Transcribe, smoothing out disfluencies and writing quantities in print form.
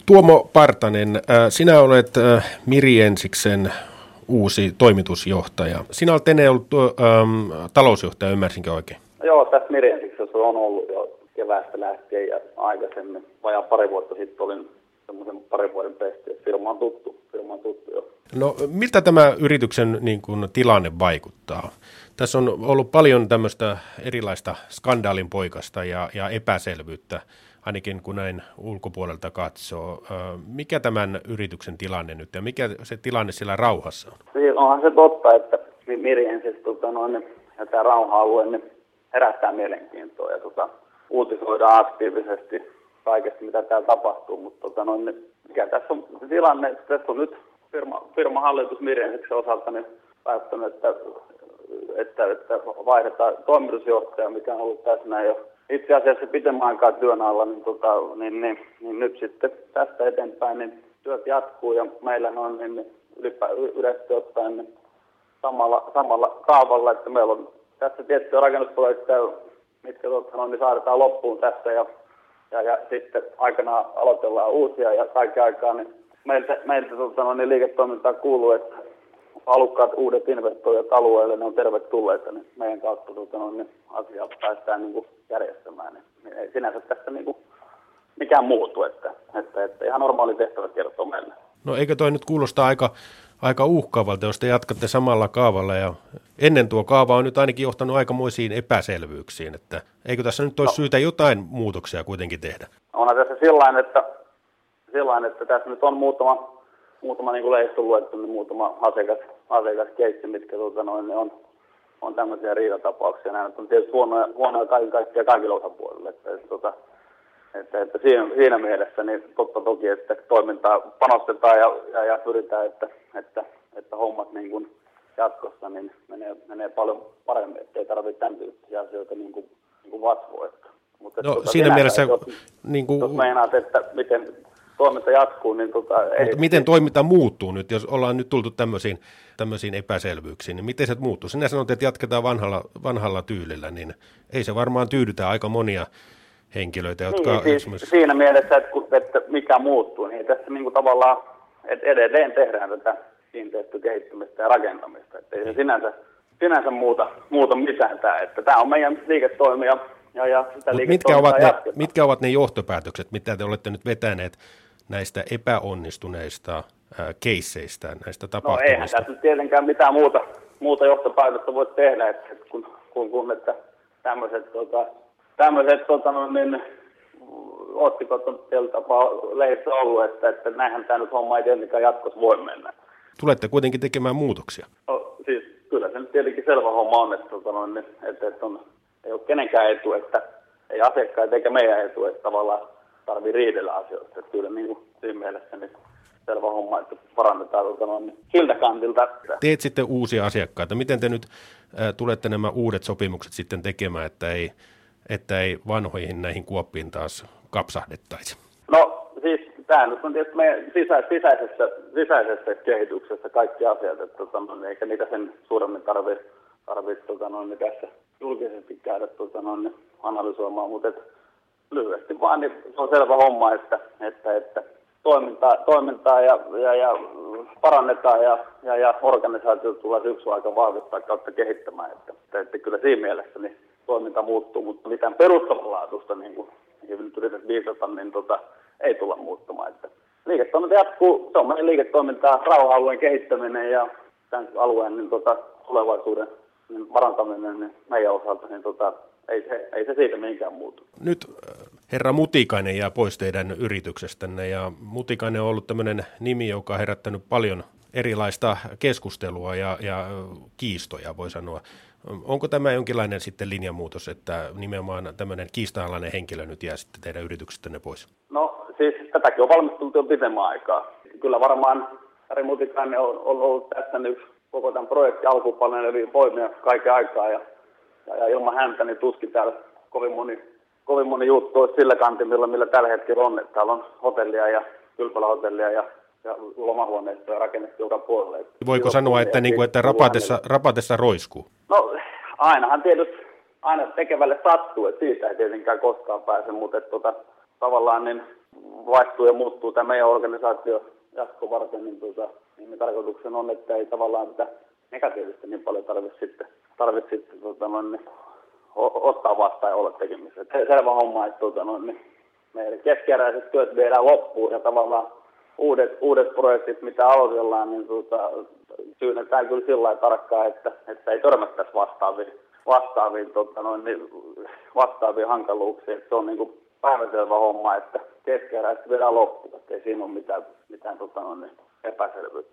Tuomo Partanen, sinä olet Miri-Ensiksen uusi toimitusjohtaja. Sinä olet ennen ollut talousjohtaja, ymmärsinkö oikein? Joo, tässä Miri-Ensiksessä on ollut jo keväästä lähtien ja aikaisemmin. Vajaa pari vuotta sitten olin semmoisen parin vuoden pesti, että firma on tuttu jo. No miltä tämä yrityksen niin kuin, tilanne vaikuttaa? Tässä on ollut paljon tämmöistä erilaista skandaalinpoikasta ja epäselvyyttä, ainakin kun näin ulkopuolelta katsoo. Mikä tämän yrityksen tilanne nyt ja mikä se tilanne siellä rauhassa on? Onhan se totta, että Miri-Ensis ja tämä rauha-alue niin herättää mielenkiintoa ja uutisoidaan aktiivisesti kaikesta, mitä täällä tapahtuu. Mutta mikä tässä on tilanne, että tässä on nyt firman hallitus Miri-Ensiksen osalta niin päättänyt, että vaihdetaan toimitusjohtaja, mikä on ollut tässä näin jo itse asiassa pitemmän aikaa työn alla, niin nyt sitten tästä eteenpäin niin työt jatkuu ja meillä on niin yleisesti ottaen niin samalla kaavalla, että meillä on tässä tiettyjä rakennusprojekteja, mitkä niin saadaan loppuun tässä ja sitten aikanaan aloitellaan uusia ja kaiken aikaa niin meiltä niin liiketoimintaa kuuluu, että halukkaat uudet investoijat alueelle, ne on tervetulleita, niin meidän kautta niin asiaa päästään niin kuin järjestämään. Niin ei sinänsä tästä niin kuin mikään muutu, että ihan normaali tehtävä kertoo meille. No eikö toi nyt kuulostaa aika uhkaavalta, jos te jatkatte samalla kaavalla ja ennen tuo kaava on nyt ainakin johtanut aikamoisiin epäselvyyksiin, että eikö tässä nyt olisi syytä jotain muutoksia kuitenkin tehdä? Onhan tässä sillain, että tässä nyt on muutama niin kuin lehdistö luettu, niin muutama asiakaskeissi, mitkä on tämmöisiä riitatapauksia. Nämä on tietysti huonoja kaikilla osapuolilla. Että siinä mielessä niin totta toki, että toimintaa panostetaan ja pyritään, että hommat niin kuin jatkossa niin menee paljon paremmin, ettei tarvitse tämän tyyppisiä asioita niin kuin vatvoa. Mutta siinä mielessä jos meinaat, että miten toiminta jatkuu, niin miten toiminta muuttuu nyt, jos ollaan nyt tultu tämmöisiin epäselvyyksiin, niin miten se muuttuu? Sinä sanot, että jatketaan vanhalla tyylillä, niin ei se varmaan tyydytä aika monia henkilöitä, jotka niin, esimerkiksi siinä mielessä, että mikä muuttuu, niin tässä niin kuin tavallaan että edelleen tehdään tätä kiinteistökehittämistä ja rakentamista, että ei se sinänsä muuta mitään tämä, että tämä on meidän liiketoimija ja sitä liiketoimintaa mitkä ovat ne johtopäätökset, mitä te olette nyt vetäneet näistä epäonnistuneista keisseistä, näistä tapahtumista? No eihän tässä nyt tietenkään mitään muuta johtopäätöstä voi tehdä, että kun että tämmöiset niin otsikot on tällä tapaa lehdissä ollut, että näinhän tämä nyt homma ei tietenkään jatkossa voi mennä. Tulette kuitenkin tekemään muutoksia? No siis kyllä se nyt tietenkin selvä homma on, että ei ole kenenkään etu, että ei asiakkaita eikä meidän etu, että tavallaan tarvii riidellä asioista. Että kyllä niin kuin siinä mielessä niin selvä homma, että parannetaan siltä kantilta. Teet sitten uusia asiakkaita. Miten te nyt tulette nämä uudet sopimukset sitten tekemään, että ei vanhoihin näihin kuoppiin taas kapsahdettaisi? No siis tämä nyt on tietysti meidän sisäisessä kehityksessä kaikki asiat, että eikä niitä sen suuremmin tarvitse tässä julkisesti käydä analysoimaan, mutta lyhyesti vaan niin se on selvä homma, että toimintaa ja parannetaan ja organisaatio tulee syksyn aika vahvistaa kautta kehittämään, että kyllä siinä mielessä niin toiminta muuttuu, mutta mitään perustavanlaatuista, niin kuin nyt yrität viitata, niin ei tulla muuttumaan. Että liiketoiminta jatkuu, se on meidän liiketoimintaa, rauha-alueen kehittäminen ja tämän alueen niin tulevaisuuden niin parantaminen niin meidän osalta, niin ei se siitä mihinkään muutu. Nyt herra Mutikainen jää pois teidän yrityksestänne ja Mutikainen on ollut tämmöinen nimi, joka on herättänyt paljon erilaista keskustelua ja kiistoja, voi sanoa. Onko tämä jonkinlainen sitten linjanmuutos, että nimenomaan tämmöinen kiistanalainen henkilö nyt jää sitten teidän yrityksestänne pois? No siis tätäkin on valmisteltu jo pitemmän aikaa. Kyllä varmaan Ari Mutikainen on ollut tässä nyt koko tämän projektin alkupaneelin voimia kaiken aikaa ja ilman häntä niin tuskin täällä kovin moni juttu olisi sillä kantimilla, millä tällä hetkellä on. Että täällä on hotellia ja kylpylähotellia ja lomahuoneistoja rakennettu joka puolelle. Voiko sanoa, että rapatessa roiskuu? No ainahan tietysti aina tekevälle sattuu, että siitä ei tietenkään koskaan pääse, mutta tavallaan niin vaihtuu ja muuttuu tämä meidän organisaatio jatkoa varten, niin tarkoituksena on, että ei tavallaan tätä negatiivista niin paljon tarvitse sitten ottaa vastaan ja olla tekemisissä. Selvä homma, että meidän keskeräiset työt viedään loppuun ja tavallaan uudet projektit, mitä aloitellaan, niin syynetään kyllä sillä lailla tarkkaan, että ei törmättäisi vastaaviin hankaluuksiin. Että se on niin kuin päivänselvä homma, että keskeräiset viedään loppuun, että ei siinä ole mitään epäselvyyttä.